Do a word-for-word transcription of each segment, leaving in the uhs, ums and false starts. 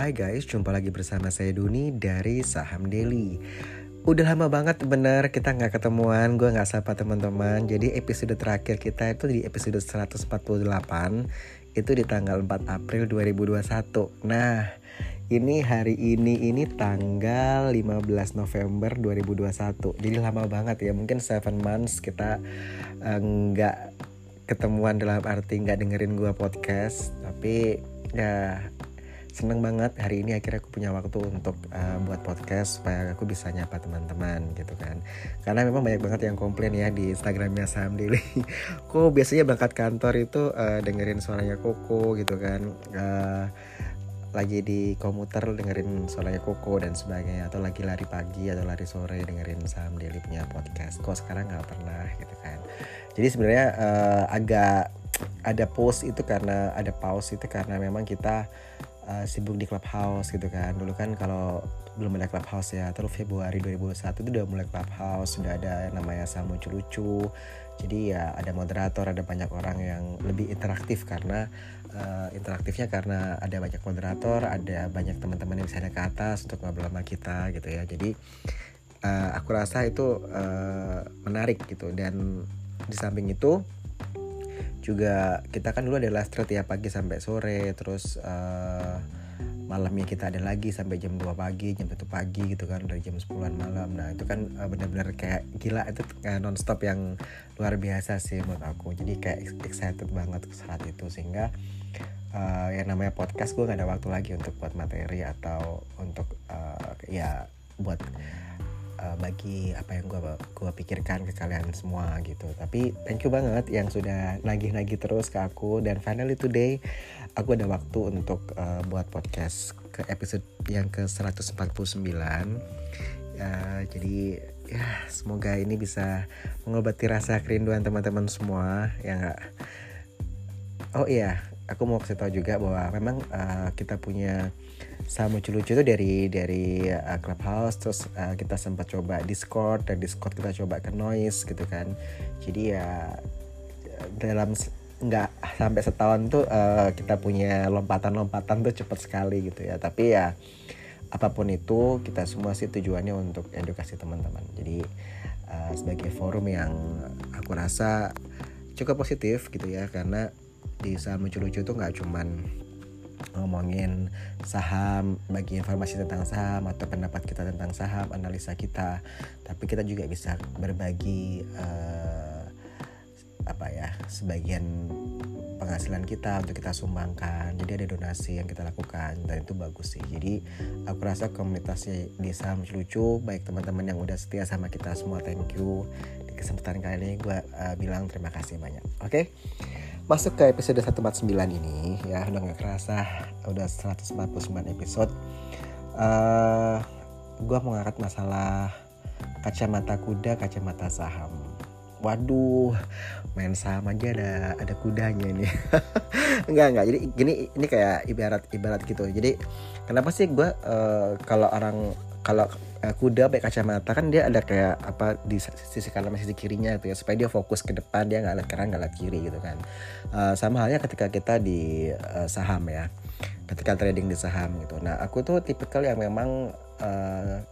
Hai guys, jumpa lagi bersama saya Duni dari Saham Daily. Udah lama banget bener kita gak ketemuan, gue gak sapa teman-teman. Jadi episode terakhir kita itu di episode seratus empat puluh delapan, itu di tanggal empat April dua ribu dua puluh satu. Nah, ini hari ini ini tanggal lima belas November dua ribu dua puluh satu. Jadi lama banget ya, mungkin tujuh months kita uh, gak ketemuan dalam arti gak dengerin gue podcast. Tapi ya seneng banget hari ini akhirnya aku punya waktu untuk uh, buat podcast supaya aku bisa nyapa teman-teman gitu kan. Karena memang banyak banget yang komplain ya di Instagramnya Saham Daily. Kok biasanya berangkat kantor itu uh, dengerin suaranya Koko gitu kan. Uh, lagi di komuter dengerin suaranya Koko dan sebagainya. Atau lagi lari pagi atau lari sore dengerin Saham Daily punya podcast. Kok sekarang gak pernah gitu kan. Jadi sebenarnya uh, agak ada pause itu karena ada pause itu karena memang kita Uh, sibuk di Clubhouse gitu kan. Dulu kan kalau belum ada Clubhouse ya, terus Februari dua ribu dua puluh satu itu udah mulai Clubhouse, sudah ada yang namanya Saham Lucu-Lucu. Jadi ya ada moderator, ada banyak orang yang lebih interaktif karena uh, interaktifnya karena ada banyak moderator, ada banyak teman-teman yang bisa naik ke atas untuk ngobrol sama kita gitu ya. Jadi uh, aku rasa itu uh, menarik gitu. Dan di samping itu juga kita kan dulu ada live thread ya pagi sampai sore, terus uh, malamnya kita ada lagi sampai jam dua pagi, jam satu pagi gitu kan, dari jam sepuluhan malam. Nah itu kan uh, benar-benar kayak gila, itu uh, non-stop yang luar biasa sih menurut aku. Jadi kayak excited banget saat itu, sehingga uh, yang namanya podcast gue gak ada waktu lagi untuk buat materi atau untuk uh, ya buat Uh, bagi apa yang gue gue pikirkan ke kalian semua gitu. Tapi thank you banget yang sudah nagih-nagih terus ke aku. Dan finally today aku ada waktu untuk uh, buat podcast ke episode yang ke seratus empat puluh sembilan. uh, Jadi ya semoga ini bisa mengobati rasa kerinduan teman-teman semua ya gak? Oh iya, aku mau kasih tahu juga bahwa memang uh, kita punya Saham Lucu-Lucu itu dari dari uh, Clubhouse, terus uh, kita sempat coba Discord, dan Discord kita coba ke Noise gitu kan. Jadi ya dalam nggak sampai setahun tuh uh, kita punya lompatan-lompatan tuh cepat sekali gitu ya. Tapi ya apapun itu kita semua sih tujuannya untuk edukasi teman-teman. Jadi uh, sebagai forum yang aku rasa cukup positif gitu ya, karena di Saham Lucu-Lucu tuh nggak cuman ngomongin saham, bagi informasi tentang saham atau pendapat kita tentang saham, analisa kita, tapi kita juga bisa berbagi uh, apa ya sebagian penghasilan kita untuk kita sumbangkan. Jadi ada donasi yang kita lakukan dan itu bagus sih. Jadi aku rasa komunitasnya di Saham Lucu, baik teman-teman yang udah setia sama kita semua, thank you. Di kesempatan kali ini gue uh, bilang terima kasih banyak. Oke, okay? Masuk ke episode seratus empat puluh sembilan ini ya, udah gak kerasa udah seratus empat puluh sembilan episode. uh, Gue mau ngangkat masalah kacamata kuda, kacamata saham. Waduh, main saham aja ada ada kudanya nih. Enggak enggak. Jadi gini, ini kayak ibarat ibarat gitu. Jadi kenapa sih gue uh, kalau orang kalau uh, kuda pakai kacamata kan dia ada kayak apa di sisi kanan dan sisi kirinya gitu ya, supaya dia fokus ke depan, dia nggak lihat kanan nggak lihat kiri gitu kan. Uh, sama halnya ketika kita di uh, saham ya, ketika trading di saham gitu. Nah aku tuh tipikal yang memang uh,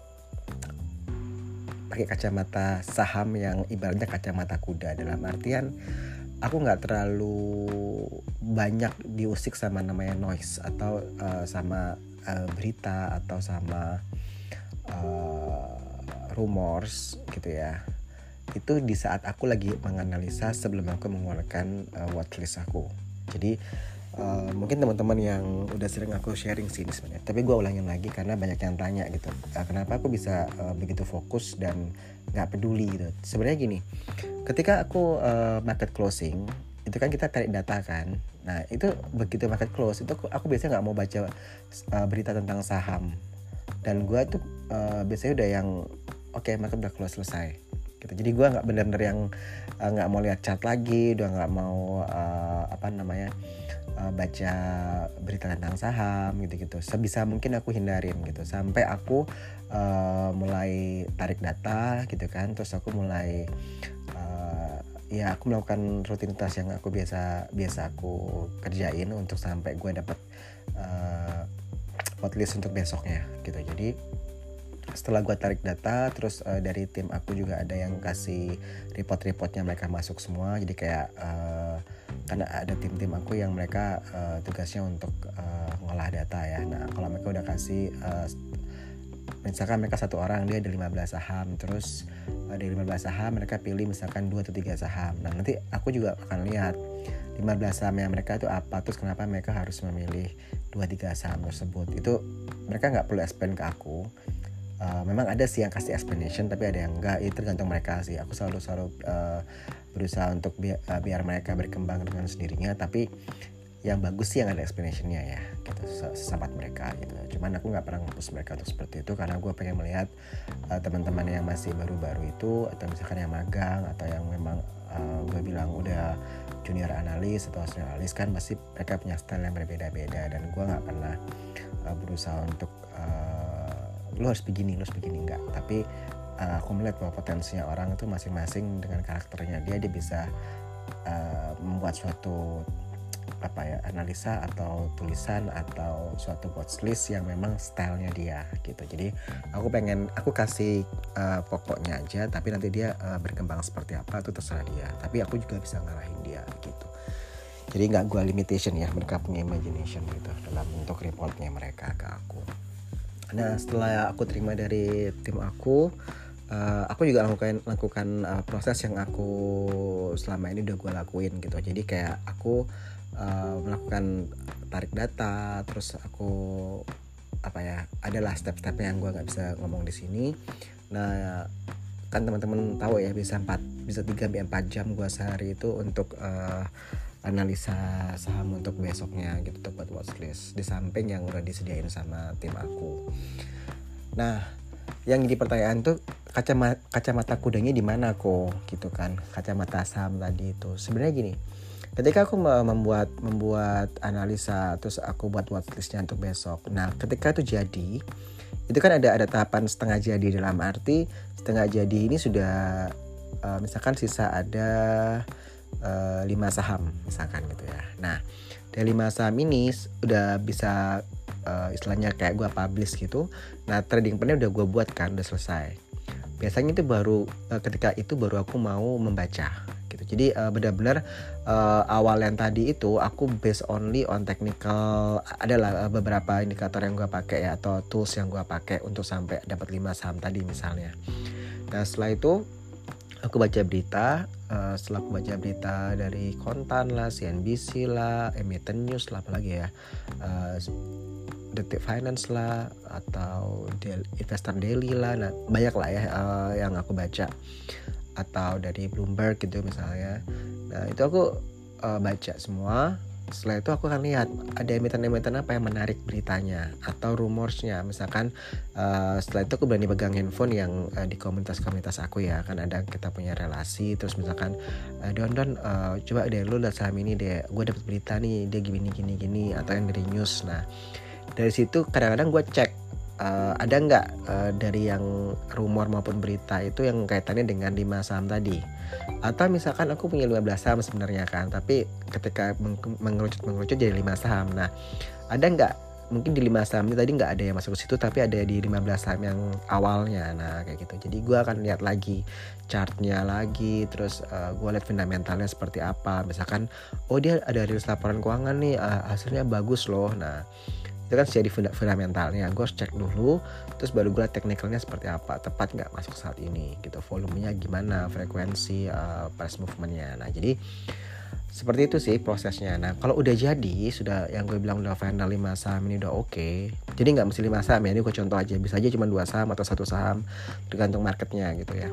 pakai kacamata saham yang ibaratnya kacamata kuda, dalam artian aku nggak terlalu banyak diusik sama namanya noise atau uh, sama uh, berita atau sama uh, rumors gitu ya. Itu di saat aku lagi menganalisa sebelum aku mengeluarkan uh, watchlist aku. Jadi uh, mungkin teman-teman yang udah sering aku sharing sih ini sebenarnya, tapi gue ulangin lagi karena banyak yang tanya gitu, uh, kenapa aku bisa uh, begitu fokus dan nggak peduli gitu. Sebenarnya gini, ketika aku uh, market closing itu kan kita tarik data kan. Nah itu begitu market close itu aku, aku biasanya nggak mau baca uh, berita tentang saham, dan gue tuh uh, biasanya udah yang oke okay, market udah close selesai gitu. Jadi gue nggak benar-benar yang nggak uh, mau lihat chart lagi, udah nggak mau uh, apa namanya uh, baca berita tentang saham gitu-gitu. Sebisa mungkin aku hindarin gitu sampai aku uh, mulai tarik data gitu kan. Terus aku mulai uh, ya aku melakukan rutinitas yang aku biasa biasa aku kerjain untuk sampai gue dapat uh, watchlist untuk besoknya gitu. Jadi setelah gue tarik data, terus uh, dari tim aku juga ada yang kasih report-reportnya, mereka masuk semua. Jadi kayak uh, karena ada tim-tim aku yang mereka uh, tugasnya untuk uh, ngolah data ya. Nah kalau mereka udah kasih uh, misalkan mereka satu orang dia ada lima belas saham, terus uh, dari lima belas saham mereka pilih misalkan dua atau tiga saham. Nah nanti aku juga akan lihat lima belas saham yang mereka itu apa, terus kenapa mereka harus memilih dua tiga saham tersebut. Itu mereka nggak perlu explain ke aku. Uh, memang ada sih yang kasih explanation, tapi ada yang enggak, itu tergantung mereka sih. Aku selalu selalu uh, berusaha untuk bi- uh, biar mereka berkembang dengan sendirinya, tapi yang bagus sih yang ada explanationnya ya gitu, sesahabat mereka gitu. Cuman aku nggak pernah ngurus mereka untuk seperti itu, karena gue pengen melihat uh, teman-teman yang masih baru-baru itu, atau misalkan yang magang, atau yang memang uh, gue bilang udah junior analis atau senior analis, kan pasti mereka punya style yang berbeda-beda, dan gue nggak pernah uh, berusaha untuk uh, lo harus begini, lo harus begini, enggak. Tapi uh, aku melihat bahwa potensinya orang itu masing-masing dengan karakternya dia, dia bisa uh, membuat suatu apa ya analisa atau tulisan atau suatu watchlist yang memang stylenya dia gitu. Jadi aku pengen, aku kasih uh, pokoknya aja, tapi nanti dia uh, berkembang seperti apa itu terserah dia. Tapi aku juga bisa ngarahin dia gitu. Jadi nggak gue limitation ya, mereka punya imagination gitu dalam bentuk reportnya mereka ke aku. Nah setelah aku terima dari tim aku, uh, aku juga lakukan lakukan uh, proses yang aku selama ini udah gue lakuin gitu. Jadi kayak aku uh, melakukan tarik data, terus aku apa ya, adalah step-stepnya yang gue nggak bisa ngomong di sini. Nah kan teman-teman tahu ya, bisa empat bisa tiga sampai empat jam gue sehari itu untuk uh, analisa saham untuk besoknya gitu, untuk buat watchlist di samping yang udah disediain sama tim aku. Nah, yang jadi pertanyaan tuh kacamata kacamata kudanya di mana kok gitu kan? Kacamata saham tadi itu. Sebenarnya gini, ketika aku membuat membuat analisa, terus aku buat watchlistnya untuk besok. Nah, ketika itu jadi, itu kan ada ada tahapan setengah jadi, dalam arti setengah jadi ini sudah uh, misalkan sisa ada Uh, lima saham misalkan gitu ya. Nah dari lima saham ini udah bisa uh, istilahnya kayak gue publish gitu. Nah trading plan-nya udah gue buat kan, udah selesai. Biasanya itu baru uh, ketika itu baru aku mau membaca gitu. Jadi uh, benar-benar uh, awal yang tadi itu aku based only on technical. Adalah uh, beberapa indikator yang gue pakai ya, atau tools yang gue pakai untuk sampai dapat lima saham tadi misalnya. Nah setelah itu aku baca berita, uh, setelah aku baca berita dari Kontan lah, C N B C lah, Emiten News lah, apalagi ya, uh, Detik Finance lah, atau Del- Investor Daily lah, nah banyak lah ya uh, yang aku baca, atau dari Bloomberg gitu misalnya. Nah itu aku uh, baca semua. Setelah itu aku akan lihat ada emiten-emiten apa yang menarik beritanya atau rumorsnya. Misalkan uh, setelah itu aku berani pegang handphone yang uh, di komunitas-komunitas aku ya, kan ada, kita punya relasi. Terus misalkan uh, Don Don uh, coba deh lu lihat saham ini deh, gue dapet berita nih dia gini gini gini, atau yang dari news. Nah dari situ kadang-kadang gue cek uh, ada nggak uh, dari yang rumor maupun berita itu yang kaitannya dengan lima saham tadi. Atau misalkan aku punya lima belas saham sebenarnya kan, tapi ketika mengerucut-mengerucut jadi lima saham. Nah ada nggak mungkin di lima saham ini tadi nggak ada yang masuk ke situ, tapi ada di lima belas saham yang awalnya. Nah kayak gitu. Jadi gue akan lihat lagi chartnya lagi, terus uh, gue lihat fundamentalnya seperti apa. Misalkan oh dia ada rilis laporan keuangan nih, uh, hasilnya bagus loh. Nah itu kan jadi fundamentalnya, gue harus cek dulu, terus baru gue lihat teknikalnya seperti apa, tepat nggak masuk saat ini gitu, volumenya gimana, frekuensi, uh, price movementnya. Nah jadi seperti itu sih prosesnya. Nah kalau udah jadi, sudah yang gue bilang udah final lima saham ini udah oke, okay. Jadi nggak mesti lima saham ya, ini gue contoh aja, bisa aja cuma dua saham atau satu saham, tergantung marketnya gitu ya.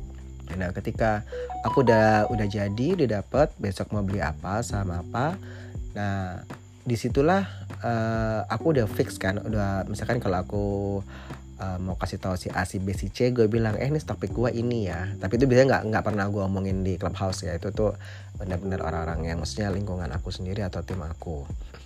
Nah ketika aku udah udah jadi, udah dapet besok mau beli apa, saham apa, nah disitulah uh, aku udah fix kan, udah misalkan kalau aku uh, mau kasih tahu si A, si B, si C, gue bilang eh ini topik gue ini ya. Tapi itu biasanya nggak nggak pernah gue omongin di Clubhouse ya, itu tuh benar-benar orang-orang yang maksudnya lingkungan aku sendiri atau tim aku.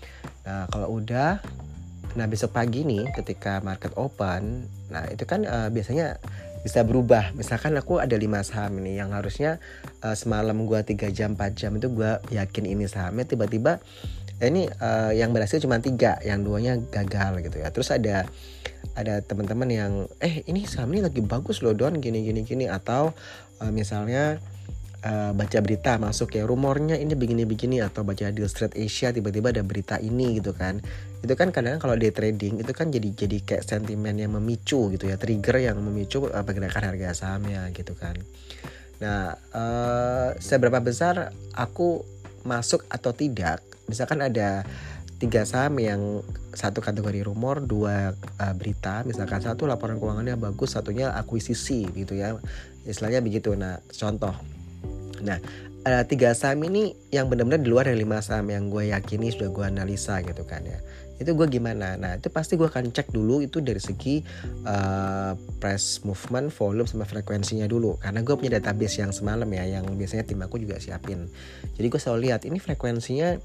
Nah kalau udah, nah besok pagi nih ketika market open, nah itu kan uh, biasanya bisa berubah. Misalkan aku ada lima saham ini yang harusnya uh, semalam gue tiga jam empat jam itu gue yakin ini sahamnya, tiba-tiba eh, ini uh, yang berhasil cuma tiga, yang duanya gagal gitu ya. Terus ada ada teman-teman yang eh ini saham ini lagi bagus loh Don, gini gini gini, atau uh, misalnya Uh, baca berita masuk ya rumornya ini begini-begini, atau baca di Street Asia tiba-tiba ada berita ini gitu kan. Itu kan kadang kalau day trading itu kan jadi jadi kayak sentimen yang memicu gitu ya, trigger yang memicu uh, pergerakan harga sahamnya gitu kan. Nah, uh, seberapa besar aku masuk atau tidak, misalkan ada tiga saham yang satu kategori rumor, dua uh, berita, misalkan satu laporan keuangannya bagus, satunya akuisisi gitu ya, istilahnya begitu. Nah contoh, nah ada tiga saham ini yang benar-benar di luar dari lima saham yang gue yakini sudah gue analisa gitu kan ya. Itu gue gimana? Nah itu pasti gue akan cek dulu itu dari segi uh, price movement, volume sama frekuensinya dulu. Karena gue punya database yang semalam ya, yang biasanya tim aku juga siapin. Jadi gue selalu lihat ini frekuensinya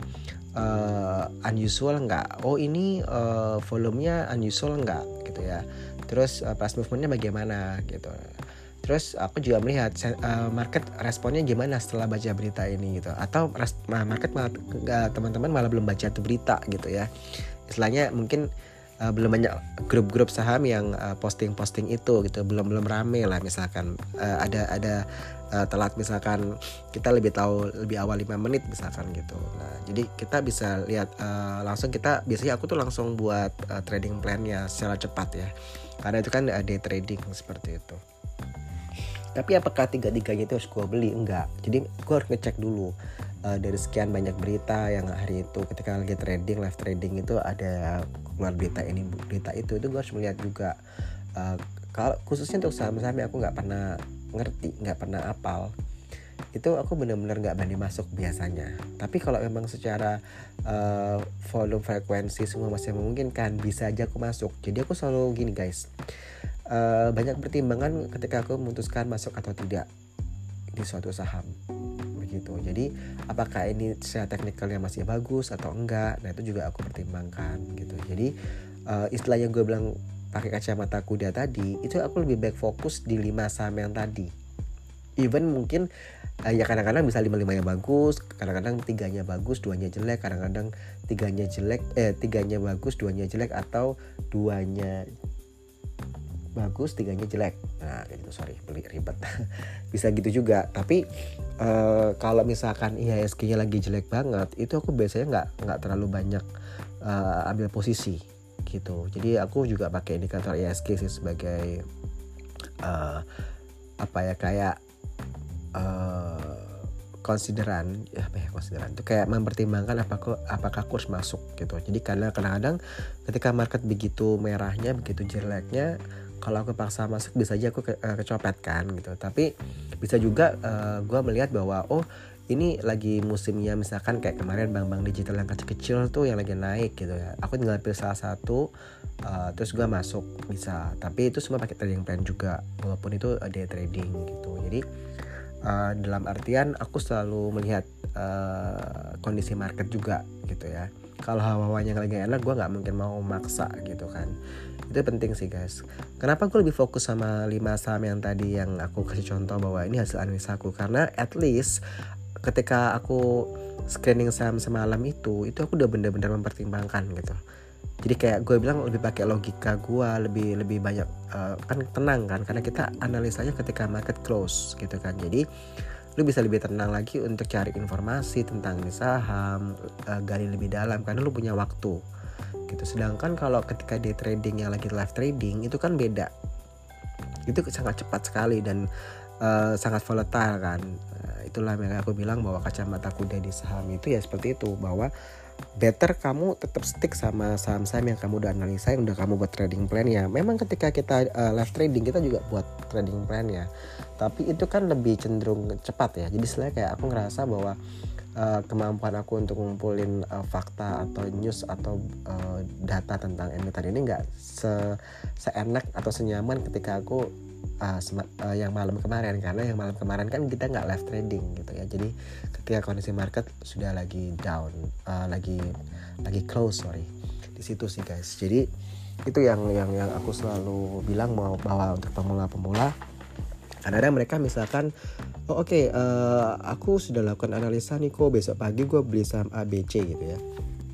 uh, unusual enggak? Oh ini uh, volumenya unusual enggak gitu ya. Terus uh, price movementnya bagaimana gitu. Terus aku juga melihat uh, market responnya gimana setelah baca berita ini gitu. Atau res- market malah, teman-teman malah belum baca tuh berita gitu ya. Istilahnya mungkin uh, belum banyak grup-grup saham yang uh, posting-posting itu gitu. Belum belum rame lah misalkan uh, ada ada uh, telat misalkan kita lebih tahu lebih awal lima menit misalkan gitu. Nah, jadi kita bisa lihat uh, langsung kita biasanya aku tuh langsung buat uh, trading plan-nya secara cepat ya. Karena itu kan uh, day trading seperti itu. Tapi apakah tiga-tiganya itu harus gue beli? Enggak. Jadi gue harus ngecek dulu uh, dari sekian banyak berita yang hari itu ketika lagi trading, live trading itu ada keluar berita ini, berita itu, itu gue harus melihat juga. Uh, kalau khususnya untuk saham-saham yang aku nggak pernah ngerti, nggak pernah apal, itu aku benar-benar nggak berani masuk biasanya. Tapi kalau memang secara uh, volume, frekuensi semua masih memungkinkan, bisa aja aku masuk. Jadi aku selalu gini guys. Uh, banyak pertimbangan ketika aku memutuskan masuk atau tidak di suatu saham begitu. Jadi apakah ini secara teknikalnya masih bagus atau enggak, nah itu juga aku pertimbangkan gitu. Jadi uh, istilah yang gue bilang pakai kacamata kuda tadi, itu aku lebih baik fokus di lima saham yang tadi. Even mungkin uh, ya kadang-kadang bisa lima-limanya bagus, kadang-kadang tiganya bagus, duanya jelek, kadang-kadang tiganya jelek, eh tiganya bagus, duanya jelek, atau duanya bagus tiganya jelek. Nah itu sorry beli ribet bisa gitu juga. Tapi uh, kalau misalkan I H S G-nya lagi jelek banget, itu aku biasanya nggak nggak terlalu banyak uh, ambil posisi gitu. Jadi aku juga pakai indikator I H S G sih sebagai uh, apa ya kayak uh, konsideran ya apa ya konsideran itu kayak mempertimbangkan apakah apakah kurs masuk gitu. Jadi karena kadang-kadang ketika market begitu merahnya, begitu jeleknya, kalau aku paksa masuk bisa aja aku ke, uh, kecopet kan gitu. Tapi bisa juga uh, gue melihat bahwa oh ini lagi musimnya, misalkan kayak kemarin bank-bank digital yang kecil-kecil tuh yang lagi naik gitu ya. Aku tinggal pilih salah satu uh, terus gue masuk bisa. Tapi itu semua pakai trading plan juga, walaupun itu day trading gitu. Jadi uh, dalam artian aku selalu melihat uh, kondisi market juga gitu ya. Kalau hawa-hawanya lagi enak, gue nggak mungkin mau maksa gitu kan. Itu penting sih guys. Kenapa gue lebih fokus sama lima saham yang tadi yang aku kasih contoh bahwa ini hasil analisa aku, karena at least ketika aku screening saham semalam itu, itu aku udah benar-benar mempertimbangkan gitu. Jadi kayak gue bilang lebih pakai logika gue, lebih lebih banyak uh, kan tenang kan, karena kita analisanya ketika market close gitu kan. Jadi lu bisa lebih tenang lagi untuk cari informasi tentang saham, uh, gali lebih dalam karena lu punya waktu gitu. Sedangkan kalau ketika day trading yang lagi live trading itu kan beda, itu sangat cepat sekali dan uh, sangat volatile kan. Uh, itulah yang aku bilang bahwa kacamata kuda di saham itu ya seperti itu, bahwa better kamu tetap stick sama saham-saham yang kamu udah analisa, yang udah kamu buat trading plan ya. Memang ketika kita uh, live trading kita juga buat trading plan ya, tapi itu kan lebih cenderung cepat ya. Jadi selain kayak aku ngerasa bahwa uh, kemampuan aku untuk ngumpulin uh, fakta atau news atau uh, data tentang emiten ini nggak se seenak atau senyaman ketika aku Uh, sem- uh, yang malam kemarin, karena yang malam kemarin kan kita nggak live trading gitu ya. Jadi ketika kondisi market sudah lagi down, uh, lagi lagi close sorry di situ sih guys. Jadi itu yang yang yang aku selalu bilang mau bahwa untuk pemula-pemula, kadang-kadang mereka misalkan oh oke okay, uh, aku sudah lakukan analisa nih kok, besok pagi gue beli saham A B C gitu ya.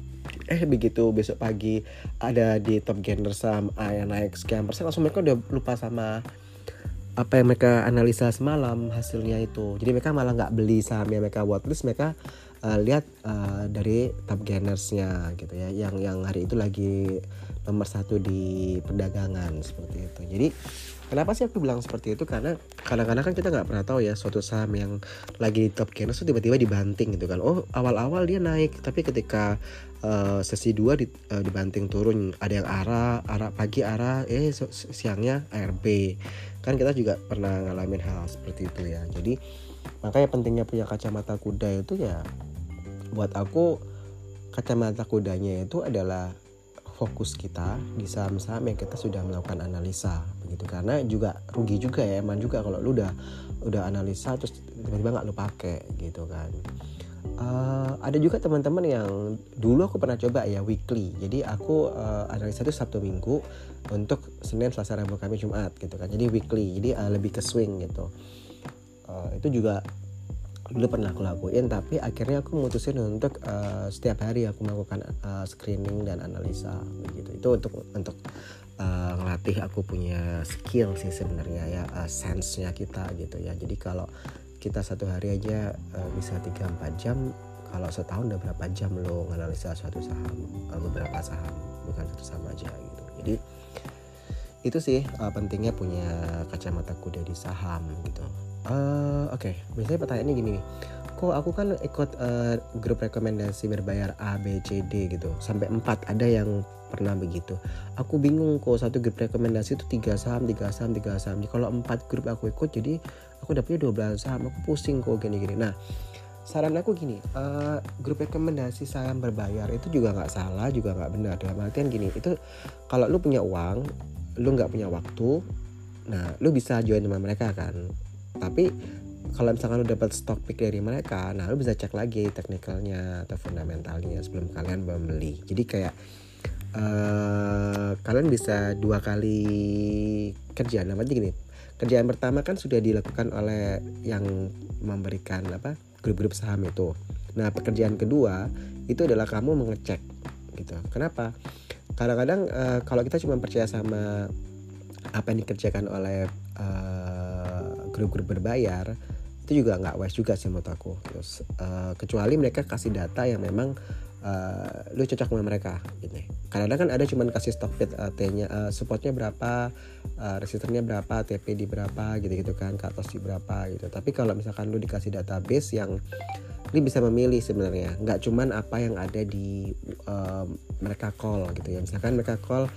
Eh begitu besok pagi ada di top gainer saham A yang naik sekian persen, langsung mereka udah lupa sama apa yang mereka analisa semalam hasilnya itu. Jadi mereka malah nggak beli saham yang mereka watchlist, mereka uh, lihat uh, dari top gainersnya gitu ya, yang yang hari itu lagi nomor satu di perdagangan seperti itu. Jadi kenapa sih aku bilang seperti itu? Karena kadang-kadang kan kita nggak pernah tahu ya suatu saham yang lagi di top gainers itu tiba-tiba dibanting gitu kan. Oh awal-awal dia naik, tapi ketika uh, sesi dua di, uh, dibanting turun, ada yang arah arah pagi arah eh siangnya A R B. Kan kita juga pernah ngalamin hal seperti itu ya. Jadi makanya pentingnya punya kacamata kuda itu ya, buat aku kacamata kudanya itu adalah fokus kita di saham-saham yang kita sudah melakukan analisa begitu. Karena juga rugi juga ya, emang juga kalau lu udah udah analisa terus tiba-tiba nggak lu pakai gitu kan. Uh, ada juga teman-teman yang dulu aku pernah coba ya weekly. Jadi aku uh, analisa itu Sabtu Minggu untuk Senin, Selasa, Rabu, Kamis, Jumat gitu kan. Jadi weekly, jadi uh, lebih ke swing gitu. Uh, itu juga dulu pernah aku lakuin, tapi akhirnya aku mutusin untuk uh, setiap hari aku melakukan uh, screening dan analisa begitu. Itu untuk untuk uh, ngelatih aku punya skill sih sebenarnya ya, uh, sense-nya kita gitu ya. Jadi kalau kita satu hari aja uh, bisa tiga sampai empat jam, kalau setahun udah berapa jam lo nganalisa suatu saham, uh, beberapa saham, bukan satu saham aja gitu. Jadi itu sih uh, pentingnya punya kacamata kuda di saham gitu. Uh, Oke, okay. Biasanya pertanyaannya gini nih, kok aku kan ikut uh, grup rekomendasi berbayar A, B, C, D gitu, sampai empat ada yang pernah begitu. Aku bingung kok, satu grup rekomendasi itu tiga saham, tiga saham, tiga saham. Jadi kalau empat grup aku ikut, jadi aku dapetnya dua belas saham, aku pusing kok gini-gini. Nah, saran aku gini, uh, grup rekomendasi saham berbayar itu juga nggak salah, juga nggak benar. Dalam artian gini, itu kalau lu punya uang, lu nggak punya waktu, nah lu bisa join sama mereka kan. Tapi kalau misalkan lu dapat stock pick dari mereka, nah lu bisa cek lagi teknikalnya atau fundamentalnya sebelum kalian membeli. Jadi kayak uh, kalian bisa dua kali kerjaan. Namanya gini, kerjaan pertama kan sudah dilakukan oleh yang memberikan apa grup-grup saham itu. Nah pekerjaan kedua itu adalah kamu mengecek gitu. Kenapa? Kadang-kadang uh, kalau kita cuma percaya sama apa yang dikerjakan oleh uh, grup-grup berbayar, itu juga nggak wise juga sih menurut aku. Terus, uh, kecuali mereka kasih data yang memang uh, lu cocok sama mereka gitu. Kadang-kadang kan ada cuma kasih stock bid uh, T-nya, uh, supportnya berapa, uh, resisternya berapa, T P di berapa gitu-gitu kan, cut loss di berapa gitu. Tapi kalau misalkan lu dikasih database yang ini bisa memilih sebenarnya, nggak cuman apa yang ada di uh, mereka call gitu ya. Misalkan mereka call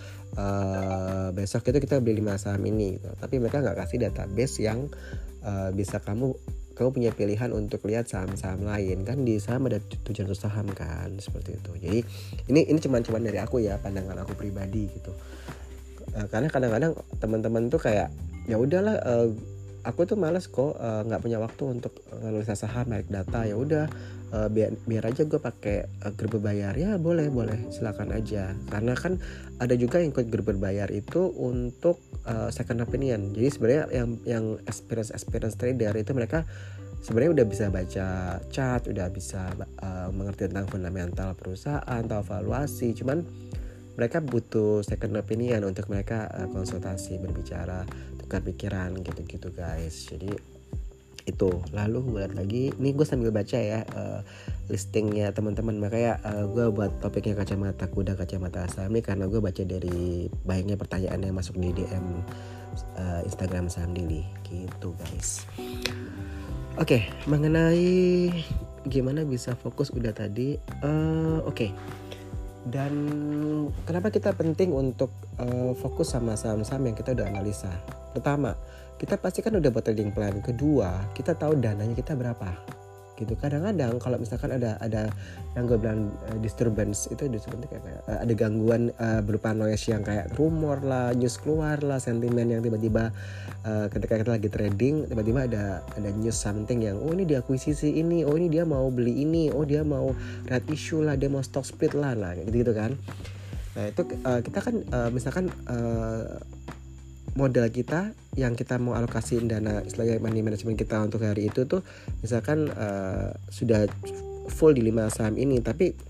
uh, besok itu kita beli lima saham ini gitu. Tapi mereka nggak kasih database yang uh, bisa kamu kamu punya pilihan untuk lihat saham-saham lain kan. Di saham ada tujuh ratus saham kan, seperti itu. Jadi ini ini cuman-cuman dari aku ya, pandangan aku pribadi gitu. Uh, karena kadang-kadang teman-teman tuh kayak ya udahlah, uh, aku tuh males kok, nggak uh, punya waktu untuk analisa saham, naik data. Ya udah, uh, biar biar aja gue pakai uh, grup berbayar. Ya boleh boleh, silakan aja. Karena kan ada juga yang ikut grup berbayar itu untuk uh, second opinion. Jadi sebenarnya yang yang experience experience trader itu mereka sebenarnya udah bisa baca chart, udah bisa uh, mengerti tentang fundamental perusahaan atau valuasi. Cuman mereka butuh second opinion untuk mereka uh, konsultasi, berbicara, tukar pikiran gitu-gitu guys. Jadi itu. Lalu gue lihat lagi, ini gue sambil baca ya uh, listingnya teman-teman. Makanya uh, gue buat topiknya kacamata kuda, kacamata saham ini karena gue baca dari banyaknya pertanyaan yang masuk di D M uh, Instagram Saham Daily gitu guys. Oke, okay, mengenai gimana bisa fokus udah tadi. Uh, Oke. Okay. Dan kenapa kita penting untuk uh, fokus sama saham-saham yang kita udah analisa? Pertama, kita pasti kan udah buat trading plan. Kedua, kita tahu dananya kita berapa gitu. Kadang-kadang kalau misalkan ada ada yang gue bilang uh, disturbance, itu disturbance kayak, kayak uh, ada gangguan uh, berupa noise yang kayak rumor lah, news keluar lah, sentimen yang tiba-tiba uh, ketika kita lagi trading tiba-tiba ada ada news something yang oh ini diakuisisi ini, oh ini dia mau beli ini, oh dia mau red issue lah, dia mau stock split lah, lah gitu-gitu kan. Nah itu uh, kita kan uh, misalkan uh, modal kita yang kita mau alokasiin dana istilahnya money management kita untuk hari itu tuh misalkan uh, sudah full di lima saham ini, tapi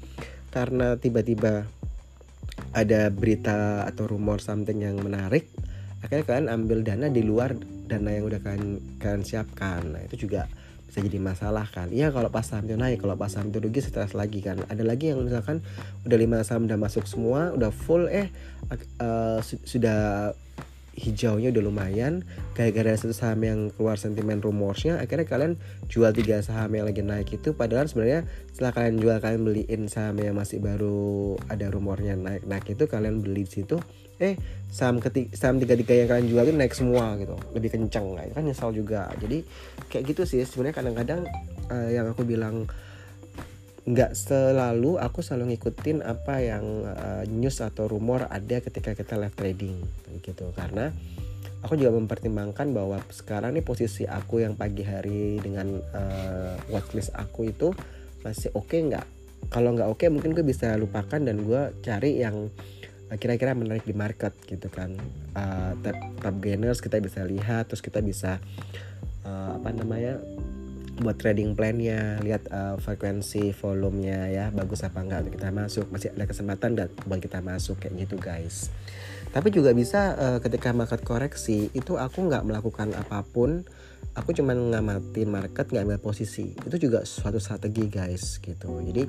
karena tiba-tiba ada berita atau rumor something yang menarik, akhirnya kalian ambil dana di luar dana yang udah kalian kalian siapkan. Nah itu juga bisa jadi masalah kan. Iya kalau pas saham itu naik, kalau pas saham itu rugi stres lagi kan. Ada lagi yang misalkan udah lima saham udah masuk semua, udah full eh uh, su- sudah hijaunya udah lumayan, gara-gara satu saham yang keluar sentimen rumorsnya, akhirnya kalian jual tiga saham yang lagi naik itu. Padahal sebenarnya setelah kalian jual, kalian beliin saham yang masih baru ada rumornya naik-naik itu, kalian beli di situ, eh saham ketiga, saham tiga-tiga yang kalian jual itu naik semua gitu, lebih kenceng, nah, itu kan nyesal juga. Jadi kayak gitu sih sebenarnya kadang-kadang uh, yang aku bilang nggak selalu aku selalu ngikutin apa yang uh, news atau rumor ada ketika kita live trading gitu, karena aku juga mempertimbangkan bahwa sekarang nih posisi aku yang pagi hari dengan uh, watchlist aku itu masih oke okay nggak. Kalau nggak oke okay, mungkin gue bisa lupakan dan gue cari yang uh, kira-kira menarik di market gitu kan. uh, top, top gainers kita bisa lihat, terus kita bisa uh, apa namanya buat trading plan-nya, lihat uh, frekuensi volumenya ya, bagus apa enggak untuk kita masuk, masih ada kesempatan dan buat kita masuk kayak gitu guys. Tapi juga bisa uh, ketika market koreksi itu aku nggak melakukan apapun, aku cuma ngamatin market, nggak ambil posisi. Itu juga suatu strategi guys gitu. Jadi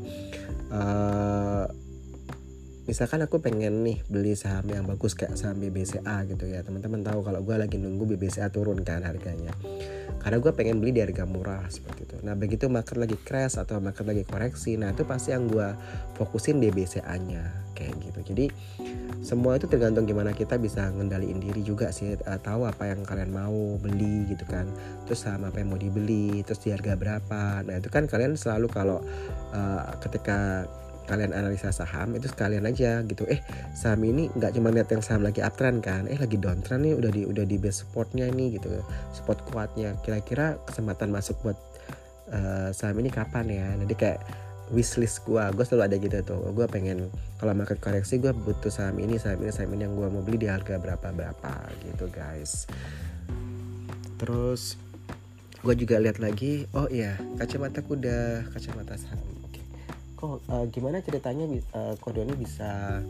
uh, misalkan aku pengen nih beli saham yang bagus kayak saham B B C A gitu ya, teman-teman tahu kalau gue lagi nunggu B B C A turun kan harganya, karena gue pengen beli di harga murah seperti itu. Nah begitu market lagi crash atau market lagi koreksi, nah itu pasti yang gue fokusin B B C A-nya kayak gitu. Jadi semua itu tergantung gimana kita bisa ngendaliin diri juga sih, uh, tahu apa yang kalian mau beli gitu kan, terus saham apa yang mau dibeli, terus di harga berapa. Nah itu kan kalian selalu kalau uh, ketika kalian analisa saham itu sekalian aja gitu, eh saham ini nggak cuma lihat yang saham lagi uptrend kan, eh lagi downtrend nih, udah di udah di base supportnya nih gitu, support kuatnya, kira-kira kesempatan masuk buat uh, saham ini kapan ya. Jadi kayak wishlist gue, gue selalu ada gitu tuh, gue pengen kalau market koreksi gue butuh saham ini, saham ini, saham ini yang gue mau beli di harga berapa berapa gitu guys. Terus gue juga lihat lagi, oh iya kacamata kuda, kacamata saham. Kok uh, gimana ceritanya uh, Ko Doni bisa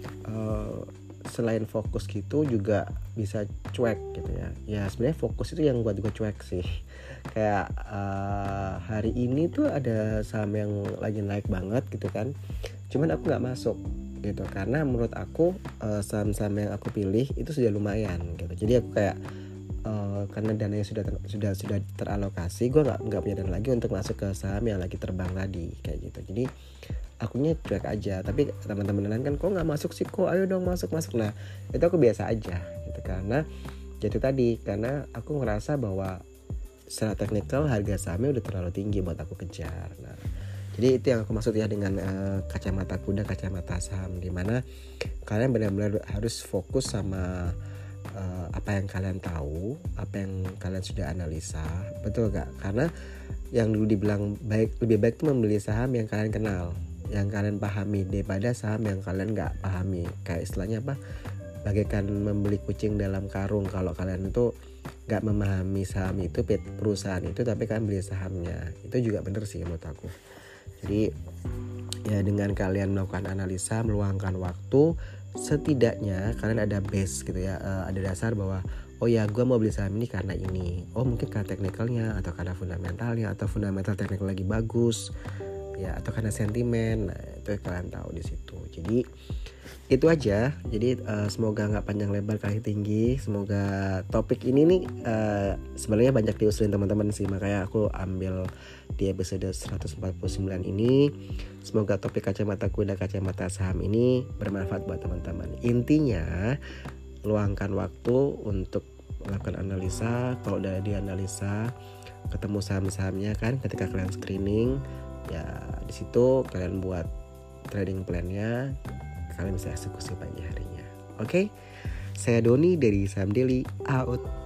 uh, selain fokus gitu juga bisa cuek gitu ya. Ya sebenarnya fokus itu yang buat gue cuek sih. Kayak uh, hari ini tuh ada saham yang lagi naik banget gitu kan, cuman aku nggak masuk gitu karena menurut aku uh, saham-saham yang aku pilih itu sudah lumayan gitu. Jadi aku kayak Uh, karena dananya sudah ter, sudah sudah teralokasi, gue nggak nggak punya dana lagi untuk masuk ke saham yang lagi terbang tadi kayak gitu. Jadi akunya cuek aja. Tapi teman-teman lain kan kok nggak masuk sih, kok ayo dong masuk masuk. Nah itu aku biasa aja gitu karena jadi tadi karena aku ngerasa bahwa secara teknikal harga sahamnya udah terlalu tinggi buat aku kejar. Nah jadi itu yang aku maksud ya dengan uh, kacamata kuda, kacamata saham, dimana kalian benar-benar harus fokus sama Uh, apa yang kalian tahu, apa yang kalian sudah analisa, betul gak? Karena yang dulu dibilang baik, lebih baik tuh membeli saham yang kalian kenal, yang kalian pahami daripada saham yang kalian nggak pahami. Kayak istilahnya apa? Bagaikan membeli kucing dalam karung. Kalau kalian itu nggak memahami saham itu, perusahaan itu, tapi kalian beli sahamnya, itu juga bener sih menurut aku. Jadi ya dengan kalian melakukan analisa, meluangkan waktu, setidaknya kalian ada base gitu ya, uh, ada dasar bahwa oh ya gue mau beli saham ini karena ini, oh mungkin karena teknikalnya atau karena fundamentalnya, atau fundamental teknikal lagi bagus ya, atau karena sentimen. Nah itu kalian tahu di situ. Jadi itu aja. Jadi uh, semoga nggak panjang lebar kali tinggi. Semoga topik ini nih uh, sebenarnya banyak diusulin teman-teman sih, makanya aku ambil di episode seratus empat puluh sembilan ini. Semoga topik kacamata kuda, kacamata saham ini bermanfaat buat teman-teman. Intinya luangkan waktu untuk melakukan analisa. Kalau udah dianalisa ketemu saham-sahamnya kan, ketika kalian screening ya di situ kalian buat trading plan-nya, kalian bisa eksekusi pagi harinya. Oke, okay? Saya Doni dari Saham Daily, out.